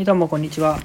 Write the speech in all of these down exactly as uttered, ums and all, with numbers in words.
はい、どうもこんにちは。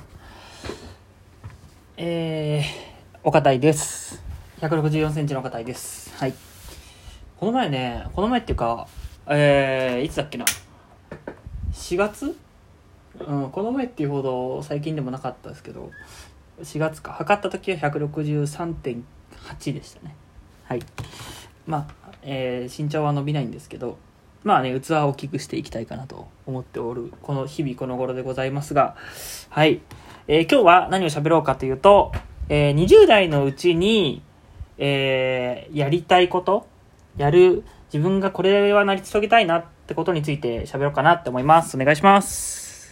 えー、お堅いです。ひゃくろくじゅうよんセンチのお堅いです。はい。この前ね、この前っていうか、えー、いつだっけな。しがつ？うん、この前っていうほど最近でもなかったですけど、しがつか。測った時は ひゃくろくじゅうさんてんはち でしたね。はい。まあ、えー、身長は伸びないんですけど、まあね、器を大きくしていきたいかなと思っておる、この日々この頃でございますが、はい。えー、今日は何を喋ろうかというと、えー、にじゅう代のうちに、えー、やりたいこと、やる、自分がこれは成し遂げたいなってことについて喋ろうかなって思います。お願いします。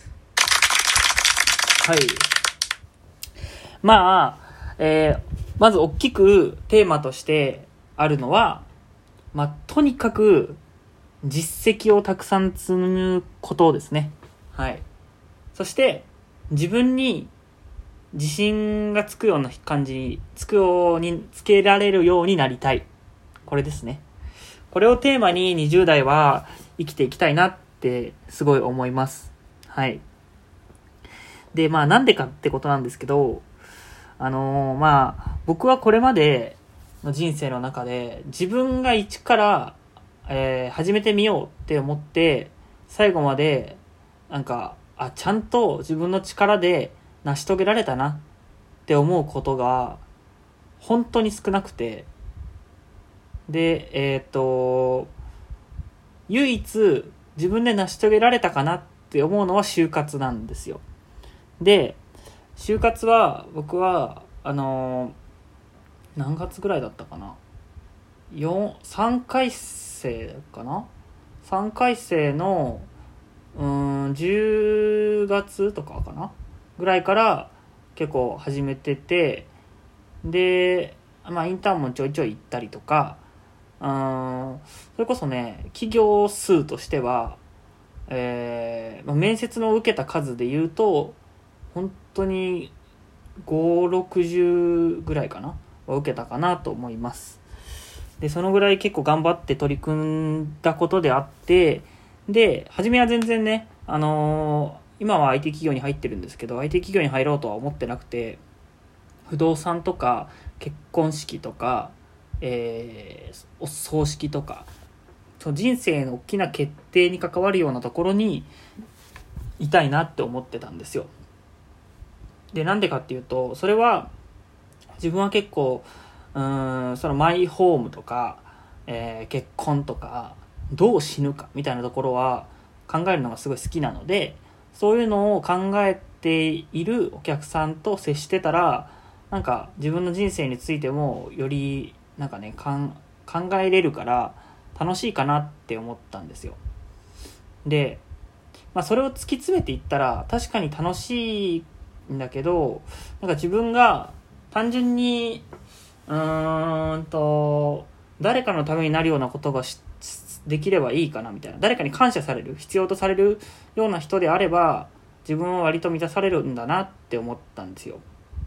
はい。まあ、えー、まず大きくテーマとしてあるのは、まあ、とにかく実績をたくさん積むことですね。はい。そして、自分に自信がつくような感じに、つくように、つけられるようになりたい。これですね。これをテーマににじゅう代は生きていきたいなってすごい思います。はい。で、まあなんでかってことなんですけど、あのー、まあ、僕はこれまでの人生の中で自分が一からえー、始めてみようって思って最後までなんかあちゃんと自分の力で成し遂げられたなって思うことが本当に少なくて、でえっと唯一自分で成し遂げられたかなって思うのは就活なんですよ。で就活は僕はあのー、何月ぐらいだったかな、さんかい生かな、さんかい生のうーんじゅうがつとかかなぐらいから結構始めてて、でまあインターンもちょいちょい行ったりとか、うーんそれこそね企業数としては、えーまあ、面接の受けた数で言うと本当にご、ろくじゅうぐらいかなは受けたかなと思います。でそのぐらい結構頑張って取り組んだことであって、で初めは全然ね、あのー、今は アイティー 企業に入ってるんですけど アイティー 企業に入ろうとは思ってなくて、不動産とか結婚式とか、えー、お葬式とかその人生の大きな決定に関わるようなところにいたいなって思ってたんですよ。でなんでかっていうと、それは自分は結構うーんそのマイホームとか、えー、結婚とかどう死ぬかみたいなところは考えるのがすごい好きなので、そういうのを考えているお客さんと接してたらなんか自分の人生についてもよりなんかねかん考えれるから楽しいかなって思ったんですよ。で、まあ、それを突き詰めていったら確かに楽しいんだけど、なんか自分が単純にうーんと誰かのためになるようなことができればいいかなみたいな、誰かに感謝される、必要とされるような人であれば自分は割と満たされるんだなって思ったんですよ。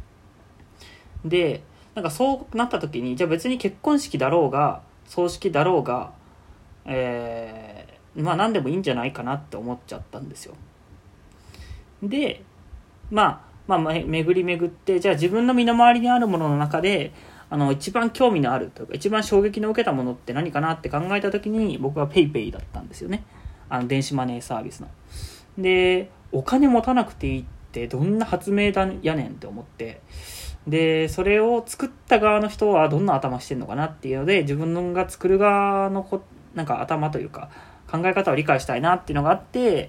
でなんかそうなった時に、じゃあ別に結婚式だろうが葬式だろうが、えー、まあ何でもいいんじゃないかなって思っちゃったんですよ。でまあまあ巡り巡って、じゃあ自分の身の回りにあるものの中であの一番興味のあるというか一番衝撃の受けたものって何かなって考えた時に僕は PayPay だったんですよね。あの電子マネーサービスの。でお金持たなくていいってどんな発明だやねんって思って、でそれを作った側の人はどんな頭してんのかなっていうので、自分が作る側のこなんか頭というか考え方を理解したいなっていうのがあって、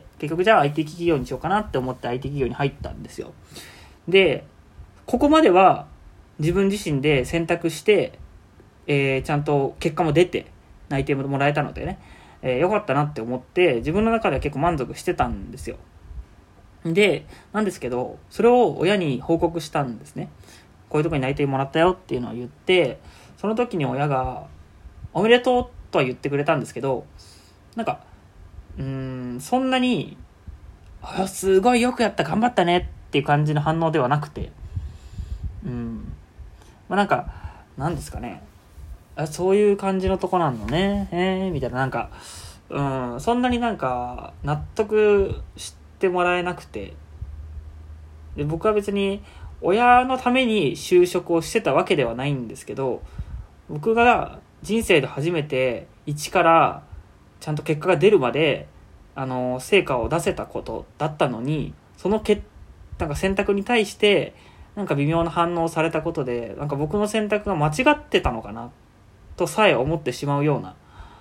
結局じゃあ アイティー 企業にしようかなって思って アイティー 企業に入ったんですよ。でここまでは自分自身で選択して、えー、ちゃんと結果も出て内定ももらえたのでね、えー、よかったなって思って自分の中では結構満足してたんですよ。でなんですけど、それを親に報告したんですね。こういうとこに内定もらったよっていうのを言って、その時に親がおめでとうとは言ってくれたんですけど、なんかうーんそんなにあすごいよくやった頑張ったねっていう感じの反応ではなくて、うんまあなんかなんですかね、あそういう感じのとこなんのねえー、みたいな、なんかうんそんなになんか納得してもらえなくて、 で僕は別に親のために就職をしてたわけではないんですけど、僕が人生で初めて一からちゃんと結果が出るまであの成果を出せたことだったのに、そのけなんか選択に対してなんか微妙な反応をされたことで、なんか僕の選択が間違ってたのかなとさえ思ってしまうような、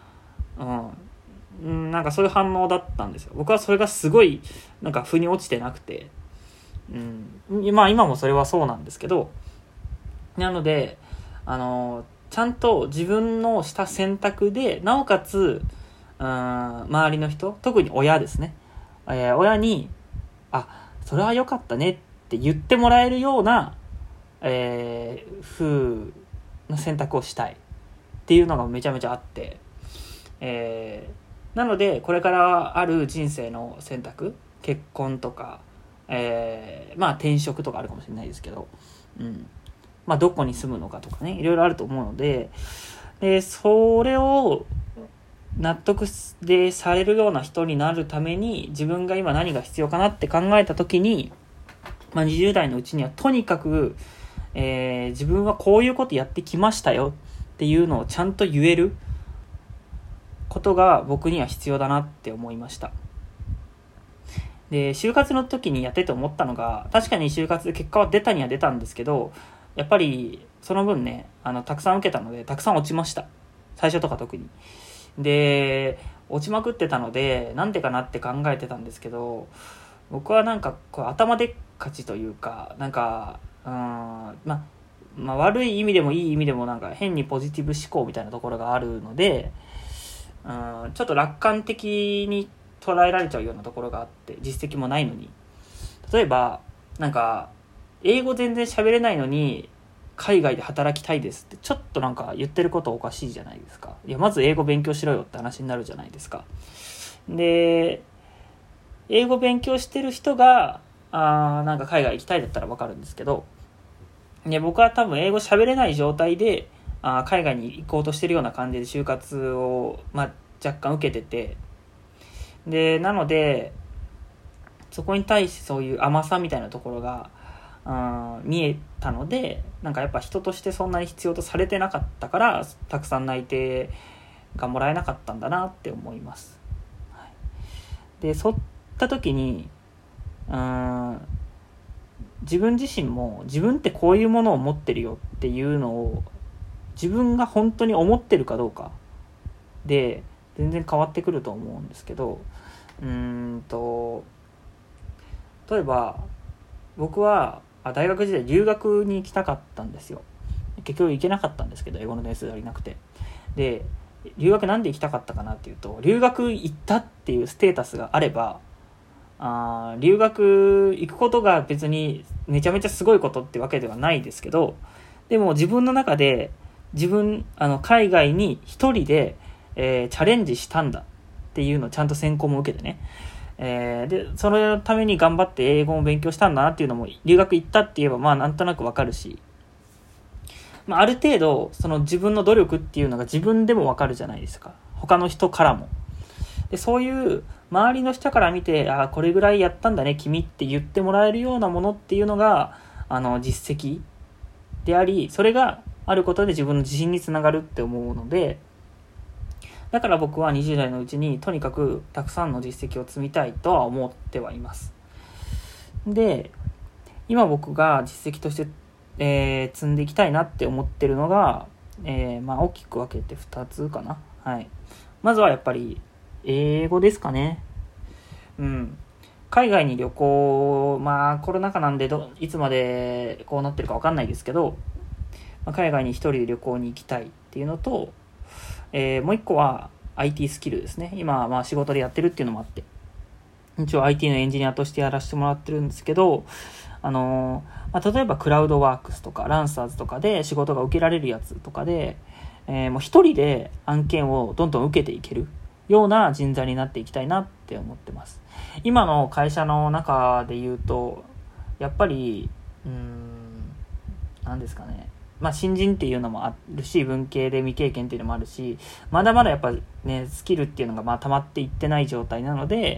うん、なんかそういう反応だったんですよ。僕はそれがすごいなんか腑に落ちてなくて、うん、まあ今もそれはそうなんですけど、なのであのちゃんと自分のした選択で、なおかつ、うん、周りの人、特に親ですね、えー、親にあそれは良かったねって言ってもらえるような、えー、風な選択をしたいっていうのがめちゃめちゃあって、えー、なのでこれからある人生の選択、結婚とか、えー、まあ転職とかあるかもしれないですけど、うん、まあどこに住むのかとかね、いろいろあると思うので、でそれを納得でされるような人になるために、自分が今何が必要かなって考えた時に、まあ、にじゅう代のうちにはとにかく、えー、自分はこういうことやってきましたよっていうのをちゃんと言えることが僕には必要だなって思いました。で就活の時にやってて思ったのが、確かに就活で結果は出たには出たんですけど、やっぱりその分ね、あのたくさん受けたのでたくさん落ちました、最初とか特に。で落ちまくってたのでなんでかなって考えてたんですけど、僕はなんかこう頭でっかちというか、なんかうーん、ままあ悪い意味でもいい意味でもなんか変にポジティブ思考みたいなところがあるので、うん、ちょっと楽観的に捉えられちゃうようなところがあって、実績もないのに。例えばなんか英語全然喋れないのに海外で働きたいですって、ちょっとなんか言ってることおかしいじゃないですか。いやまず英語勉強しろよって話になるじゃないですか。で英語勉強してる人があなんか海外行きたいだったら分かるんですけど、ね、僕は多分英語喋れない状態であ海外に行こうとしてるような感じで就活を、まあ、若干受けてて、でなのでそこに対してそういう甘さみたいなところがあ見えたので、なんかやっぱ人としてそんなに必要とされてなかったから、たくさん内定がもらえなかったんだなって思います。はい、でそういった時にうーん自分自身も自分ってこういうものを持ってるよっていうのを自分が本当に思ってるかどうかで全然変わってくると思うんですけど、うーんと例えば僕は大学時代留学に行きたかったんですよ。結局行けなかったんですけど、英語の点数が足りなくて。で留学なんで行きたかったかなっていうと、留学行ったっていうステータスがあれば、あ留学行くことが別にめちゃめちゃすごいことってわけではないですけど、でも自分の中で自分あの海外に一人で、えー、チャレンジしたんだっていうのをちゃんと専攻も受けてね、えー、でそのために頑張って英語も勉強したんだなっていうのも、留学行ったって言えばまあなんとなくわかるし、まあ、ある程度その自分の努力っていうのが自分でもわかるじゃないですか、他の人からも。でそういう周りの人から見て、あこれぐらいやったんだね君って言ってもらえるようなものっていうのがあの実績であり、それがあることで自分の自信につながるって思うので、だから僕はにじゅう代のうちにとにかくたくさんの実績を積みたいとは思ってはいます。で今僕が実績として、えー、積んでいきたいなって思ってるのが、えー、まあ大きく分けてふたつかな。はい。まずはやっぱり英語ですかね。うん。海外に旅行、まあコロナ禍なんでどいつまでこうなってるか分かんないですけど、まあ、海外に一人で旅行に行きたいっていうのと、えー、もう一個は アイティー スキルですね。今まあ仕事でやってるっていうのもあって、一応 アイティー のエンジニアとしてやらせてもらってるんですけど、あのーまあ、例えばクラウドワークスとかランサーズとかで仕事が受けられるやつとかで、えー、もう一人で案件をどんどん受けていけるような人材になっていきたいなって思ってます。今の会社の中で言うとやっぱりうーん何ですかね、まあ新人っていうのもあるし、文系で未経験っていうのもあるし、まだまだやっぱねスキルっていうのがまあ溜まっていってない状態なので、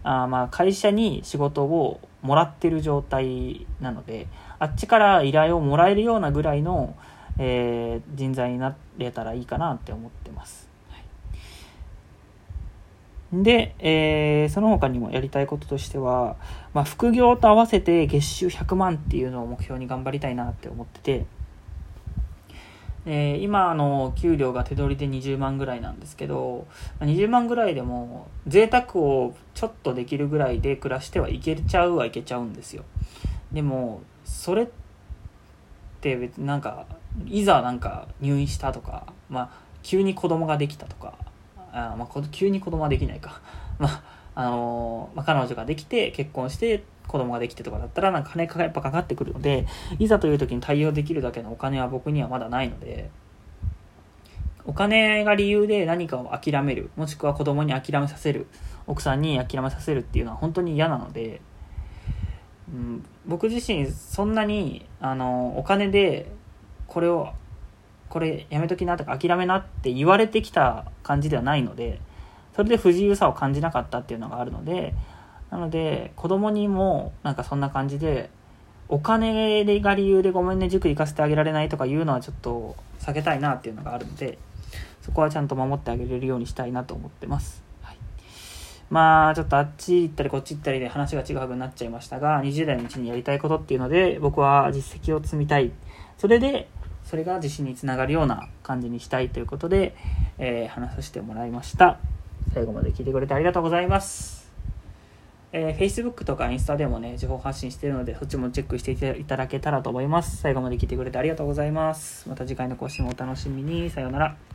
あまあ会社に仕事をもらってる状態なので、あっちから依頼をもらえるようなぐらいの、えー、人材になれたらいいかなって思ってます。で、えー、その他にもやりたいこととしては、まあ、副業と合わせて月収ひゃくまんっていうのを目標に頑張りたいなって思ってて、えー、今の給料が手取りでにじゅうまんぐらいなんですけど、にじゅうまんぐらいでも贅沢をちょっとできるぐらいで暮らしてはいけちゃうはいけちゃうんですよ。でもそれって別になんかいざなんか入院したとか、まあ急に子供ができたとか、あまあ急に子供はできないかまああのーまあ、彼女ができて結婚して子供ができてとかだったらなんか金がやっぱかかってくるので、いざという時に対応できるだけのお金は僕にはまだないので、お金が理由で何かを諦める、もしくは子供に諦めさせる、奥さんに諦めさせるっていうのは本当に嫌なので、うん、僕自身そんなにあのお金でこれをこれやめときなとか諦めなって言われてきた感じではないので、それで不自由さを感じなかったっていうのがあるので、なので子供にもなんかそんな感じでお金が理由でごめんね塾行かせてあげられないとかいうのはちょっと避けたいなっていうのがあるので、そこはちゃんと守ってあげれるようにしたいなと思ってます。はい、まあちょっとあっち行ったりこっち行ったりで話が違うくなっちゃいましたが、にじゅう代のうちにやりたいことっていうので僕は実績を積みたい、それでそれが自信につながるような感じにしたいということで、えー、話させてもらいました。最後まで聞いてくれてありがとうございます。えー、Facebook とかインスタでもね情報発信しているので、そっちもチェックしていただけたらと思います。最後まで聞いてくれてありがとうございます。また次回の更新もお楽しみに。さようなら。